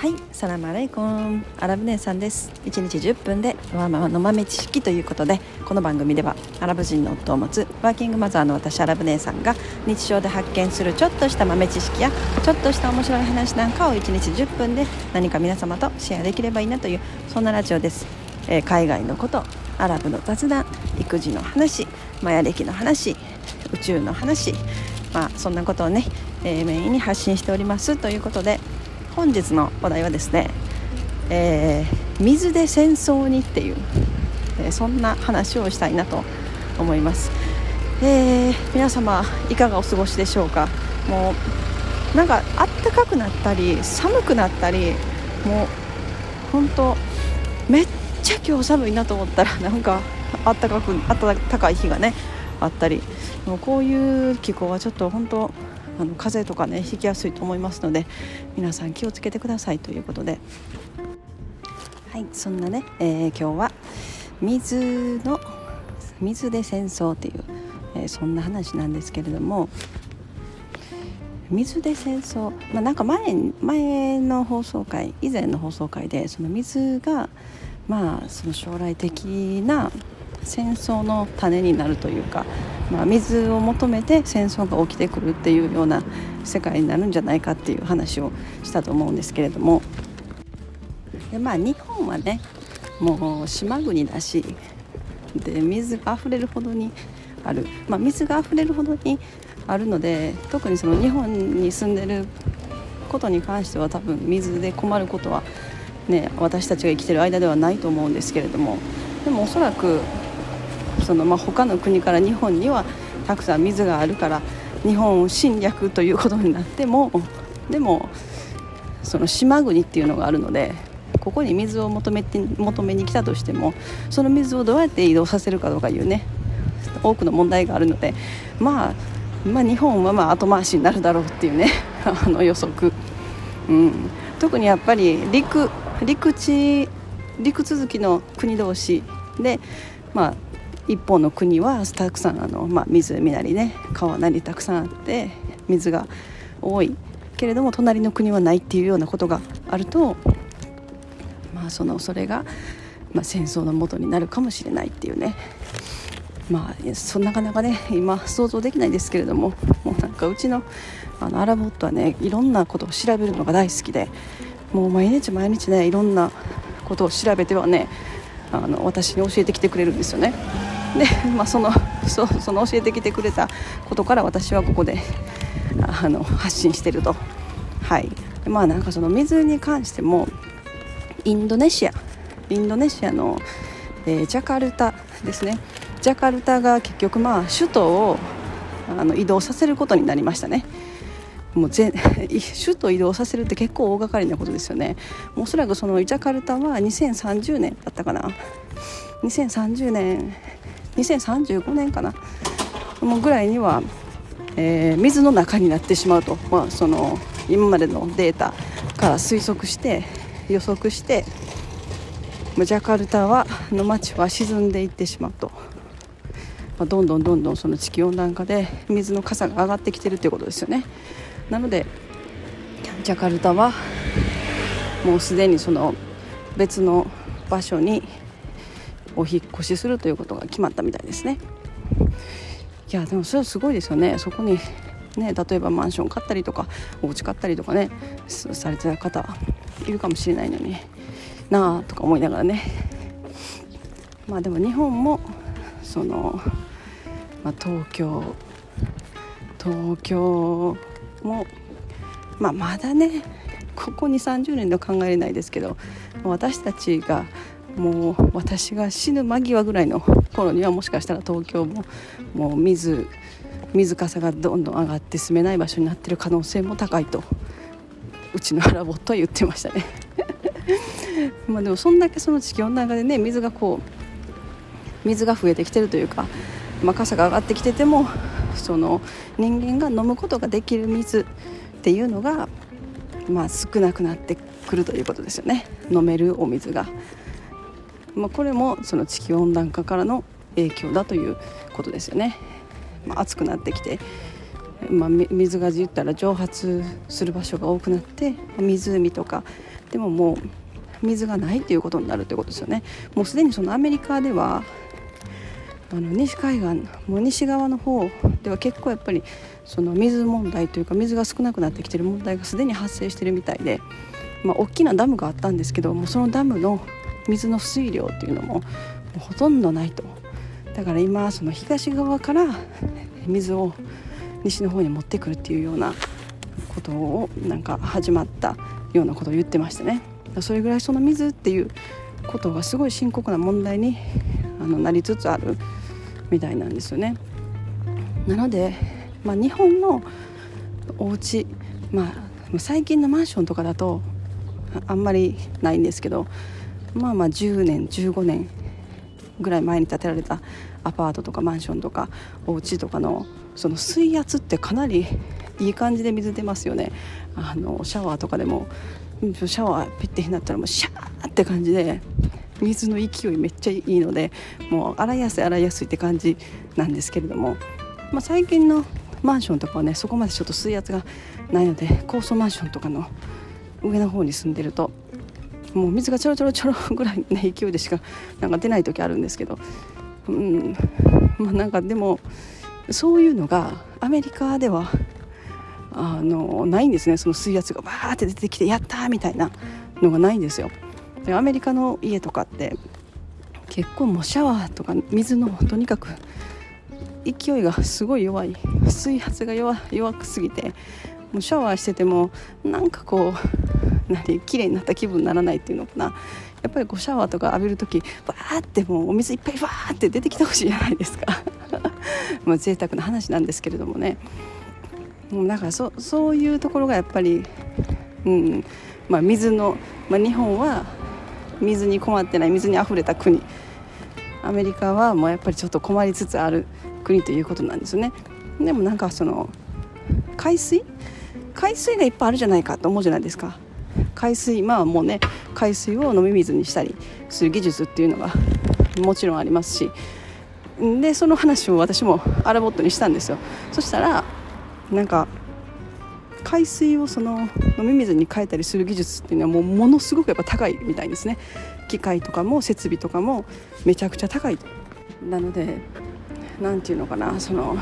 はい、サラムアレイコン、アラブ姉さんです。1日10分でワーママの豆知識ということで、この番組ではアラブ人の夫を持つワーキングマザーの私アラブ姉さんが日常で発見するちょっとした豆知識やちょっとした面白い話なんかを1日10分で何か皆様とシェアできればいいなという、そんなラジオです。海外のこと、アラブの雑談、育児の話、マヤ歴の話、宇宙の話、そんなことをね、メインに発信しておりますということで、本日のお題はですね、水で戦争にっていう、そんな話をしたいなと思います。皆様いかがお過ごしでしょうか。もうなんか暖かくなったり寒くなったり、もう本当めっちゃ今日寒いなと思ったらなんか暖かい日がねあったり、もうこういう気候はちょっと本当風邪とかねひきやすいと思いますので、皆さん気をつけてくださいということで、はい、そんなね、今日は水で戦争っていう、そんな話なんですけれども、水で戦争、なんか前の放送回、以前の放送回でその水がその将来的な戦争の種になるというか、水を求めて戦争が起きてくるっていうような世界になるんじゃないかっていう話をしたと思うんですけれども、で日本はねもう島国だし、で水が溢れるほどにある、水が溢れるほどにあるので、特にその日本に住んでることに関しては多分水で困ることはね、私たちが生きてる間ではないと思うんですけれども、でもおそらくその他の国から日本にはたくさん水があるから日本を侵略ということになっても、でもその島国っていうのがあるので、ここに水を求めに来たとしても、その水をどうやって移動させるかとかいうね多くの問題があるので、日本は後回しになるだろうっていうね予測、特にやっぱり陸続きの国同士で、一方の国はたくさん湖なりね川なりたくさんあって水が多いけれども、隣の国はないっていうようなことがあると、それが、戦争の元になるかもしれないっていうね、なかなかね今想像できないですけれども、もうなんかうちのアラボットはねいろんなことを調べるのが大好きで、もう毎日ねいろんなことを調べてはね私に教えてきてくれるんですよね。で、その教えてきてくれたことから私はここで発信してると。はい。なんかその水に関してもインドネシアの、ジャカルタですね。ジャカルタが結局首都を移動させることになりましたね。もう首都移動させるって結構大掛かりなことですよね。おそらくそのジャカルタは2030年だったかな、2035年かなもうぐらいには、水の中になってしまうと、その今までのデータから予測してジャカルタの街は沈んでいってしまうと、どんどんその地球温暖化で水のかさが上がってきてるということですよね。なのでジャカルタはもうすでにその別の場所にお引っ越しするということが決まったみたいですね。いやでもそれはすごいですよね。そこにね、例えばマンション買ったりとかお家買ったりとかねされてた方いるかもしれないのになあとか思いながらね、でも日本もその、東京もまだねここ 2,30 年で考えれないですけど、私が死ぬ間際ぐらいの頃にはもしかしたら東京ももう水かさがどんどん上がって住めない場所になっている可能性も高いとうちのアラボットは言ってましたねでもそんだけその地球温暖化でね水が増えてきてるというか、かさが上がってきててもその人間が飲むことができる水っていうのが少なくなってくるということですよね。飲めるお水が、これもその地球温暖化からの影響だということですよね。暑くなってきて、水が言ったら蒸発する場所が多くなって湖とかでももう水がないということになるということですよね。もうすでにそのアメリカでは西海岸もう西側の方では結構やっぱりその水問題というか水が少なくなってきている問題がすでに発生しているみたいで、大きなダムがあったんですけどもそのダムの水の水量っていうのもほとんどないと。だから今その東側から水を西の方に持ってくるっていうようなことをなんか始まったようなことを言ってましたね。それぐらいその水っていうことがすごい深刻な問題になりつつあるみたいなんですよね。なので、日本のお家、最近のマンションとかだとあんまりないんですけど、10年15年ぐらい前に建てられたアパートとかマンションとかお家とかのその水圧ってかなりいい感じで水出ますよね。シャワーとかでもシャワーピッてなったらもうシャーって感じで水の勢いめっちゃいいので、もう洗いやすいって感じなんですけれども、最近のマンションとかはねそこまでちょっと水圧がないので、高層マンションとかの上の方に住んでるともう水がちょろぐらいの勢いでしかなんか出ない時あるんですけど、なんかでもそういうのがアメリカではないんですね。その水圧がバーって出てきてやったーみたいなのがないんですよ。でアメリカの家とかって結構もうシャワーとか水のとにかく勢いがすごい弱い、水圧が弱くすぎてもうシャワーしててもなんかこう綺麗になった気分にならないっていうのかな。やっぱりこうシャワーとか浴びるときバーってもうお水いっぱいバーって出てきてほしいじゃないですか贅沢な話なんですけれどもね。だからそういうところがやっぱり、水の、日本は水に困ってない、水にあふれた国、アメリカはもうやっぱりちょっと困りつつある国ということなんですよね。でもなんかその海水がいっぱいあるじゃないかと思うじゃないですか。海水、もうね海水を飲み水にしたりする技術っていうのがもちろんありますし、でその話を私もアラボットにしたんですよ。そしたらなんか海水をその飲み水に変えたりする技術っていうのはものすごくやっぱ高いみたいですね。機械とかも設備とかもめちゃくちゃ高い。なのでなんていうのかな、その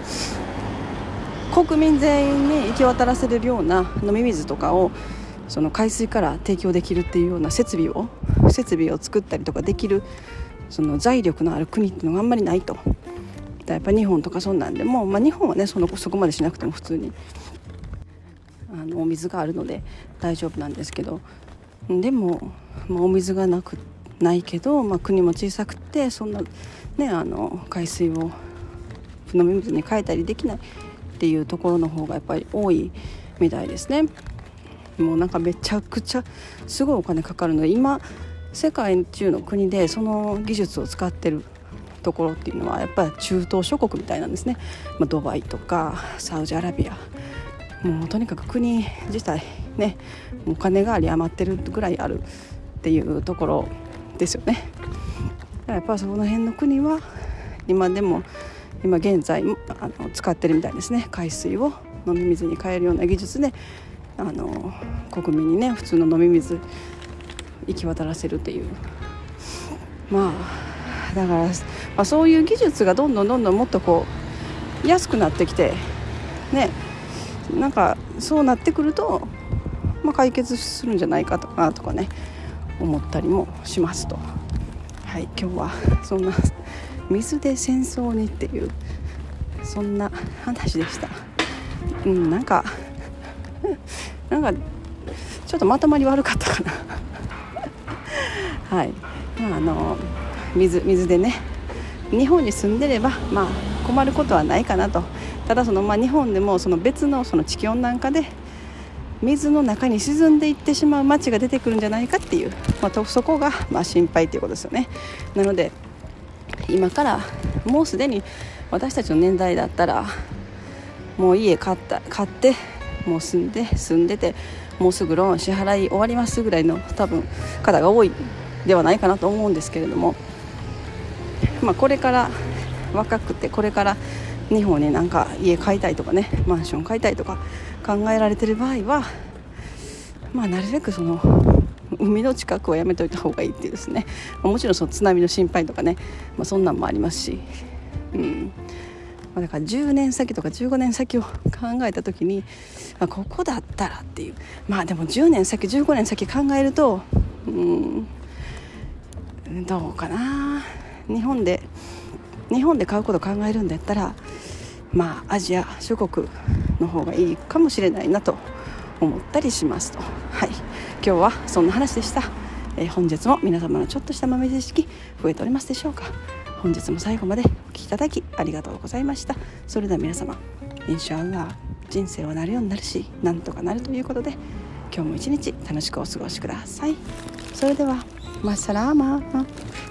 国民全員に行き渡らせるような飲み水とかをその海水から提供できるっていうような設備を作ったりとかできるその財力のある国っていうのがあんまりないと。やっぱ日本とかそんなんでも、日本はねそこまでしなくても普通にお水があるので大丈夫なんですけど、でも、お水がないけど、国も小さくてそんなね海水を飲み水に変えたりできないっていうところの方がやっぱり多いみたいですね。もうなんかめちゃくちゃすごいお金かかるので、今世界中の国でその技術を使ってるところっていうのはやっぱり中東諸国みたいなんですね。ドバイとかサウジアラビア、もうとにかく国自体ねお金が余ってるぐらいあるっていうところですよね。やっぱその辺の国は今現在使ってるみたいですね。海水を飲み水に変えるような技術で国民にね普通の飲み水行き渡らせるっていう、だから、そういう技術がどんどんもっとこう安くなってきてね、なんかそうなってくると、解決するんじゃないかとかね思ったりもしますと。はい、今日はそんな水で戦争にっていうそんな話でした。なんかちょっとまとまり悪かったかなはい、水でね日本に住んでれば困ることはないかなと。ただ日本でもその別のその地球温暖化で水の中に沈んでいってしまう町が出てくるんじゃないかっていう、そこが心配ということですよね。なので今からもうすでに私たちの年代だったらもう家買ってもう住んでてもうすぐローン支払い終わりますぐらいの多分方が多いではないかなと思うんですけれども、これから若くてこれから日本になんか家買いたいとかねマンション買いたいとか考えられてる場合はなるべくその海の近くはやめといた方がいいっていうですね、もちろんその津波の心配とかね、そんなんもありますし、だから10年先とか15年先を考えた時に、ここだったらっていう、でも10年先15年先考えるとどうかな。日本で買うことを考えるんだったらアジア諸国の方がいいかもしれないなと思ったりしますと。はい、今日はそんな話でした。本日も皆様のちょっとした豆知識増えておりますでしょうか。本日も最後までお聞きいただきありがとうございました。それでは皆様、インシャアラー、人生はなるようになるし、なんとかなるということで、今日も一日楽しくお過ごしください。それではマッサラーマー。